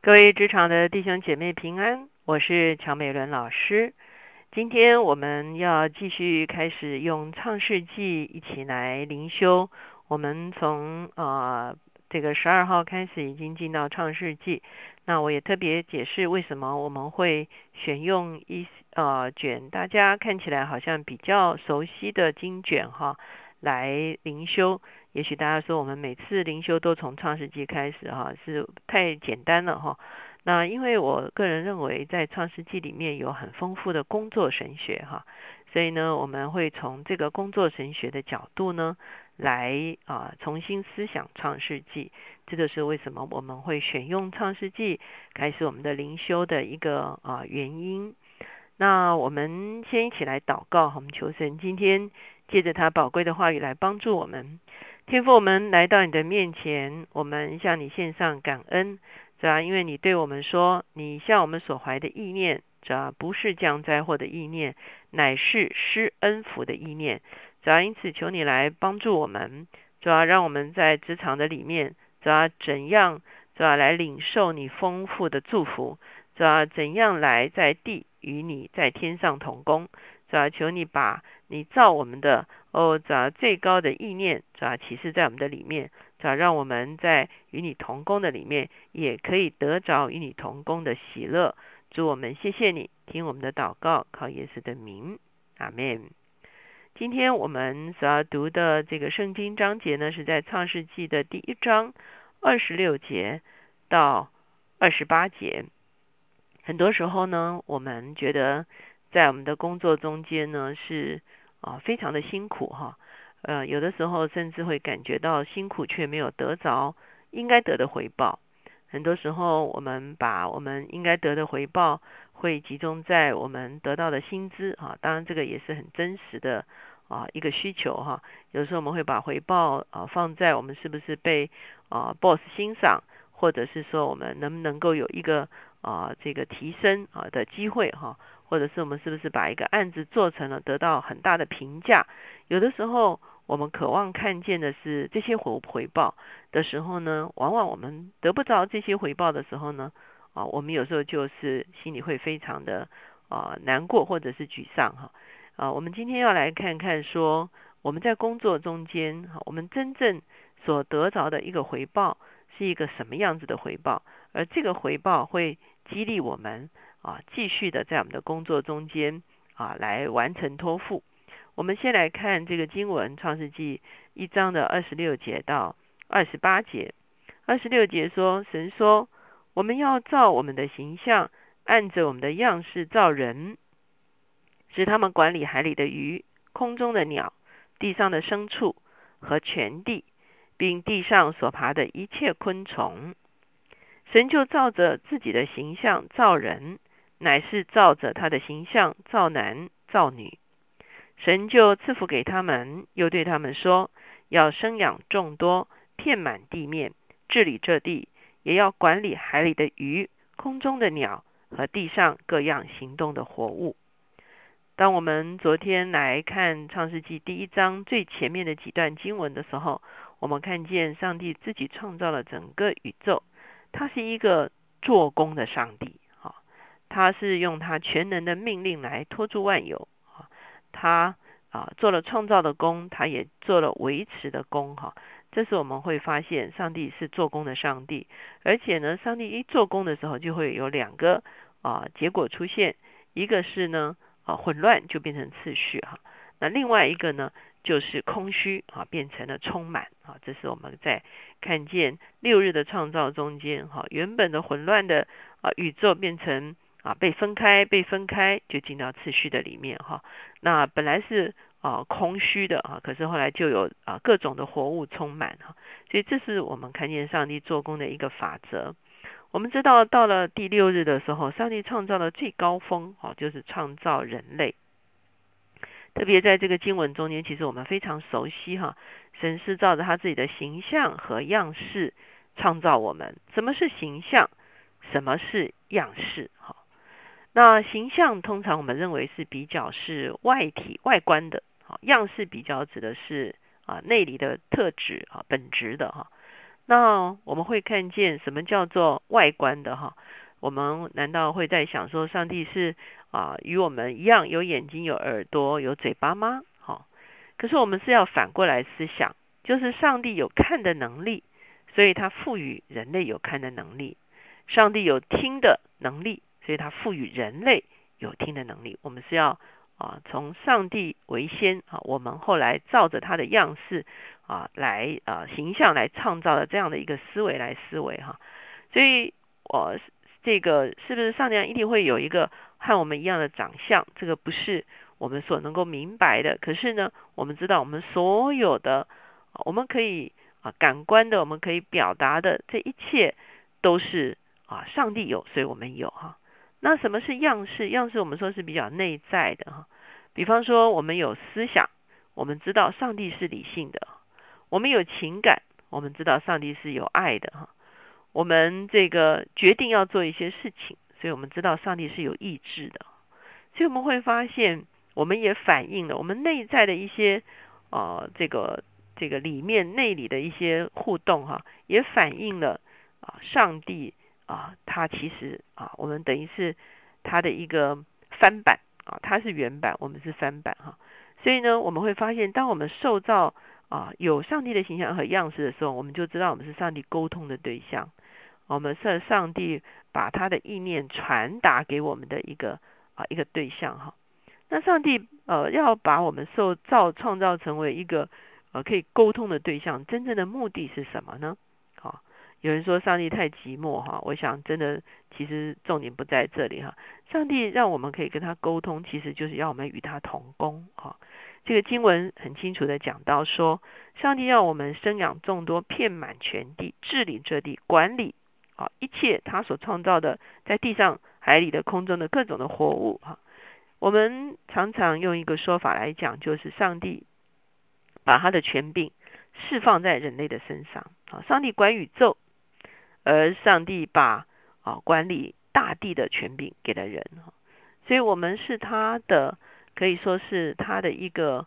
各位职场的弟兄姐妹平安，我是乔美伦老师。今天我们要继续开始用创世纪一起来灵修。我们从这个12号开始已经进到创世纪。那我也特别解释为什么我们会选用卷大家看起来好像比较熟悉的经卷来灵修。也许大家说我们每次灵修都从创世纪开始是太简单了那因为我个人认为在创世纪里面有很丰富的工作神学所以呢我们会从这个工作神学的角度呢来重新思想创世纪。这就是为什么我们会选用创世纪开始我们的灵修的一个原因。那我们先一起来祷告，我们求神今天借着他宝贵的话语来帮助我们。天父，我们来到你的面前，我们向你献上感恩，主要因为你对我们说，你向我们所怀的意念，主要不是降灾祸的意念，乃是施恩福的意念。主要因此求你来帮助我们，主要让我们在职场的里面，主要怎样，主要来领受你丰富的祝福，主要怎样来在地与你在天上同工。主要求你把你造我们的主要最高的意念，主要启示在我们的里面，主要让我们在与你同工的里面也可以得着与你同工的喜乐。主，我们谢谢你，听我们的祷告，靠耶稣的名，阿们。今天我们所要读的这个圣经章节呢，是在创世纪的第1章26节到28节。很多时候呢，我们觉得在我们的工作中间呢是非常的辛苦有的时候甚至会感觉到辛苦却没有得着应该得的回报。很多时候我们把我们应该得的回报会集中在我们得到的薪资当然这个也是很真实的一个需求有时候我们会把回报放在我们是不是被boss 欣赏，或者是说我们能不能够有一个这个提升的机会或者是我们是不是把一个案子做成了得到很大的评价。有的时候我们渴望看见的是这些回报的时候呢，往往我们得不着这些回报的时候呢我们有时候就是心里会非常的难过或者是沮丧我们今天要来看看说我们在工作中间我们真正所得着的一个回报是一个什么样子的回报，而这个回报会激励我们继续的在我们的工作中间来完成托付。我们先来看这个经文，创世纪1章的26节到28节。26节说，神说，我们要照我们的形象，按着我们的样式造人，使他们管理海里的鱼、空中的鸟、地上的牲畜和全地，并地上所爬的一切昆虫。神就照着自己的形象造人，乃是照着他的形象造男造女。神就赐福给他们，又对他们说，要生养众多，遍满地面，治理这地，也要管理海里的鱼、空中的鸟和地上各样行动的活物。当我们昨天来看创世纪第1章最前面的几段经文的时候，我们看见上帝自己创造了整个宇宙，他是一个做工的上帝他是用他全能的命令来托住万有他做了创造的工，他也做了维持的工这是我们会发现上帝是做工的上帝。而且呢，上帝一做工的时候就会有2个结果出现，一个是呢混乱就变成次序那另外一个呢就是空虚变成了充满这是我们在看见6日的创造中间原本的混乱的宇宙变成被分开就进到次序的里面那本来是空虚的可是后来就有各种的活物充满所以这是我们看见上帝做工的一个法则。我们知道到了第6日的时候，上帝创造了最高峰就是创造人类。特别在这个经文中间，其实我们非常熟悉神是照着他自己的形象和样式创造我们。什么是形象？什么是样式那形象通常我们认为是比较是外体外观的样式比较指的是内里的特质本质的那我们会看见什么叫做外观的哈？我们难道会在想说，上帝是与我们一样有眼睛、有耳朵、有嘴巴吗？好，可是我们是要反过来思想，就是上帝有看的能力，所以他赋予人类有看的能力；上帝有听的能力，所以他赋予人类有听的能力。我们是要从上帝为先我们后来照着他的样式来形象来创造的这样的一个思维来思维哈。所以这个是不是上帝一定会有一个和我们一样的长相？这个不是我们所能够明白的。可是呢，我们知道我们所有的我们可以感官的，我们可以表达的，这一切都是上帝有，所以我们有哈。那什么是样式？样式我们说是比较内在的哈。比方说我们有思想，我们知道上帝是理性的；我们有情感，我们知道上帝是有爱的哈。我们这个决定要做一些事情，所以我们知道上帝是有意志的。所以我们会发现，我们也反映了我们内在的一些这个里面内里的一些互动哈，也反映了上帝他其实我们等于是他的一个翻版他是原版，我们是翻版哈。所以呢，我们会发现，当我们受造有上帝的形象和样式的时候，我们就知道我们是上帝沟通的对象，我们是上帝把他的意念传达给我们的一个对象哈。那上帝要把我们创造成为一个可以沟通的对象，真正的目的是什么呢？有人说上帝太寂寞哈，我想真的其实重点不在这里哈。上帝让我们可以跟他沟通，其实就是要我们与他同工哈。这个经文很清楚的讲到说，上帝要我们生养众多，遍满全地，治理这地，管理一切他所创造的，在地上、海里的、空中的各种的活物哈。我们常常用一个说法来讲，就是上帝把他的权柄释放在人类的身上上帝管宇宙，而上帝把管理大地的权柄给了人所以我们是他的，可以说是他的一个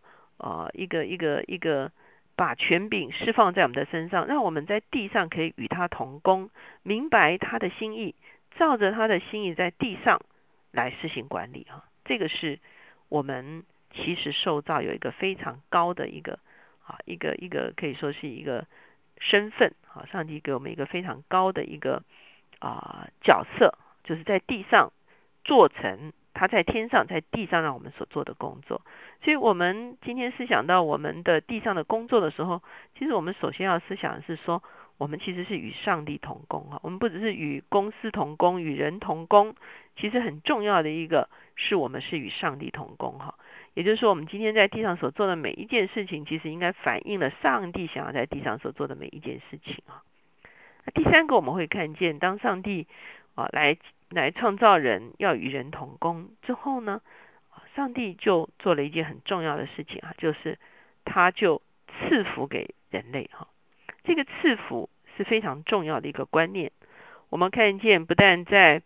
把权柄释放在我们的身上，让我们在地上可以与他同工，明白他的心意，照着他的心意在地上来施行管理这个是我们其实受造有一个非常高的一个可以说是一个身份上帝给我们一个非常高的一个角色，就是在地上做成他在天上在地上让我们所做的工作。所以我们今天思想到我们的地上的工作的时候，其实我们首先要思想的是说，我们其实是与上帝同工我们不只是与公司同工，与人同工，其实很重要的一个是我们是与上帝同工也就是说，我们今天在地上所做的每一件事情，其实应该反映了上帝想要在地上所做的每一件事情那第三个我们会看见，当上帝来创造人，要与人同工之后呢，上帝就做了一件很重要的事情就是他就赐福给人类这个赐福是非常重要的一个观念。我们看见不但在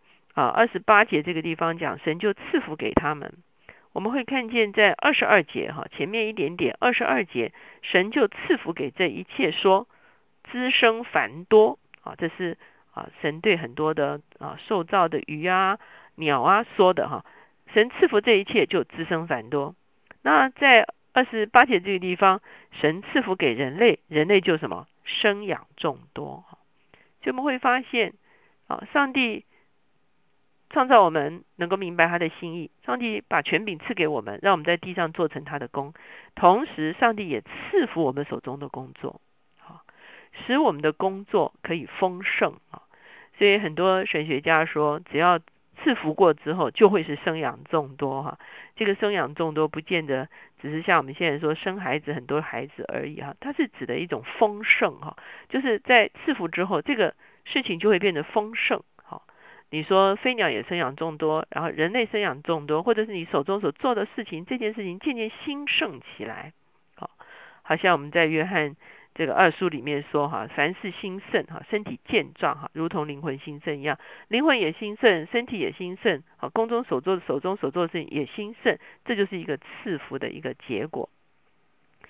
28节这个地方讲，神就赐福给他们。我们会看见在22节前面一点点22节，神就赐福给这一切，说滋生繁多这是神对很多的受造的鱼鸟说的神赐福这一切就滋生繁多。那在28节这个地方，神赐福给人类，人类就什么生养众多所以我们会发现上帝创造我们能够明白他的心意，上帝把权柄赐给我们，让我们在地上做成他的工，同时上帝也赐福我们手中的工作使我们的工作可以丰盛所以很多神学家说，只要赐福过之后就会是生养众多这个生养众多不见得只是像我们现在说生孩子很多孩子而已它是指的一种丰盛就是在赐福之后，这个事情就会变得丰盛你说飞鸟也生养众多，然后人类生养众多，或者是你手中所做的事情，这件事情渐渐兴盛起来好像我们在约翰这个2书里面说凡事兴盛身体健壮如同灵魂兴盛一样，灵魂也兴盛，身体也兴盛宫中所做的手中所做的事情也兴盛，这就是一个赐福的一个结果。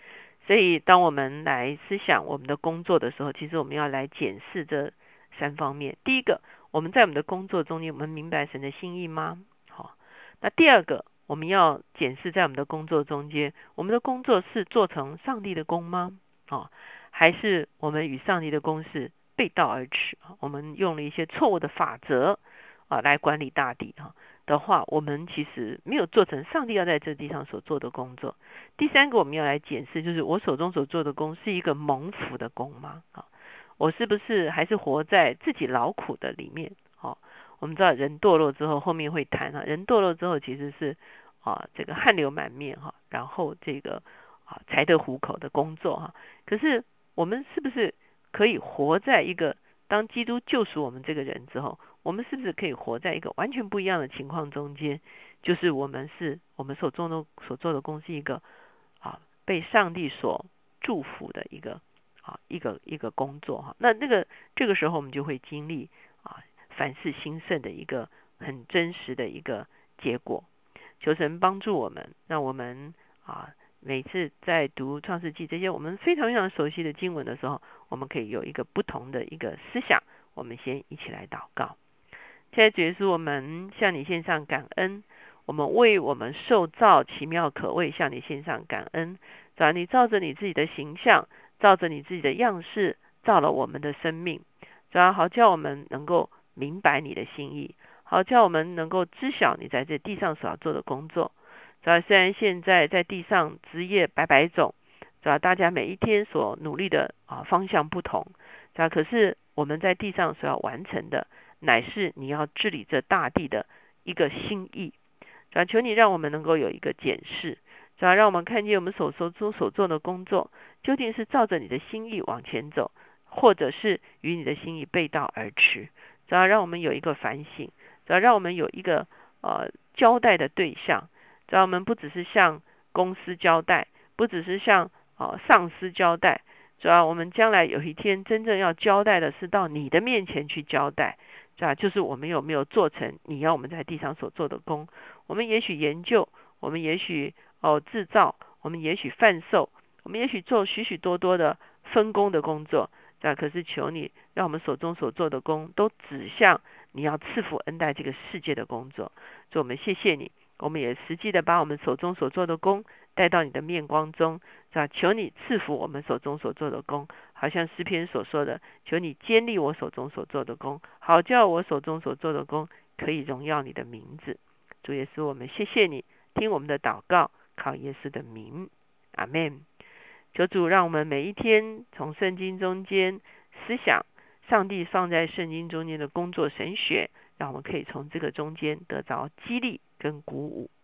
所以当我们来思想我们的工作的时候，其实我们要来检视这3方面。第一个，我们在我们的工作中间，我们明白神的心意吗？好，那第二个，我们要检视在我们的工作中间，我们的工作是做成上帝的工吗？还是我们与上帝的工是背道而驰？我们用了一些错误的法则来管理大地的话，我们其实没有做成上帝要在这地上所做的工作。第三个，我们要来检视，就是我手中所做的工是一个蒙福的工吗？我是不是还是活在自己劳苦的里面？我们知道人堕落之后，后面会谈人堕落之后其实是这个汗流满面然后这个才得糊口的工作可是我们是不是可以活在一个当基督救赎我们这个人之后，我们是不是可以活在一个完全不一样的情况中间？就是我们所做的工是一个被上帝所祝福的一个工作那这个时候我们就会经历凡事兴盛的一个很真实的一个结果。求神帮助我们，让我们每次在读创世纪这些我们非常非常熟悉的经文的时候，我们可以有一个不同的一个思想。我们先一起来祷告。亲爱的主耶稣，我们向你献上感恩，我们为我们受造奇妙可畏向你献上感恩。主啊，你照着你自己的形象，照着你自己的样式造了我们的生命，主啊，好叫我们能够明白你的心意，好叫我们能够知晓你在这地上所要做的工作。主啊，虽然现在在地上枝叶百百种，主啊，大家每一天所努力的方向不同，主啊，可是我们在地上所要完成的，乃是你要治理这大地的一个心意。主啊，求你让我们能够有一个检视，主啊，让我们看见我们所做的工作，究竟是照着你的心意往前走，或者是与你的心意背道而驰。主啊，让我们有一个反省，主啊，让我们有一个交代的对象。主啊，我们不只是向公司交代，不只是向上司交代，主啊，我们将来有一天真正要交代的是到你的面前去交代，是吧？就是我们有没有做成你要我们在地上所做的工。我们也许研究，我们也许制造，我们也许贩售，我们也许做许许多多的分工的工作，可是求你让我们手中所做的工都指向你要赐福恩待这个世界的工作。所以我们谢谢你，我们也实际的把我们手中所做的工带到你的面光中，求你赐福我们手中所做的工，好像诗篇所说的，求你坚立我手中所做的工，好叫我手中所做的工可以荣耀你的名字。主耶稣，我们谢谢你，听我们的祷告，靠耶稣的名，阿们。求主让我们每一天从圣经中间思想上帝放在圣经中间的工作神学，让我们可以从这个中间得着激励跟鼓舞。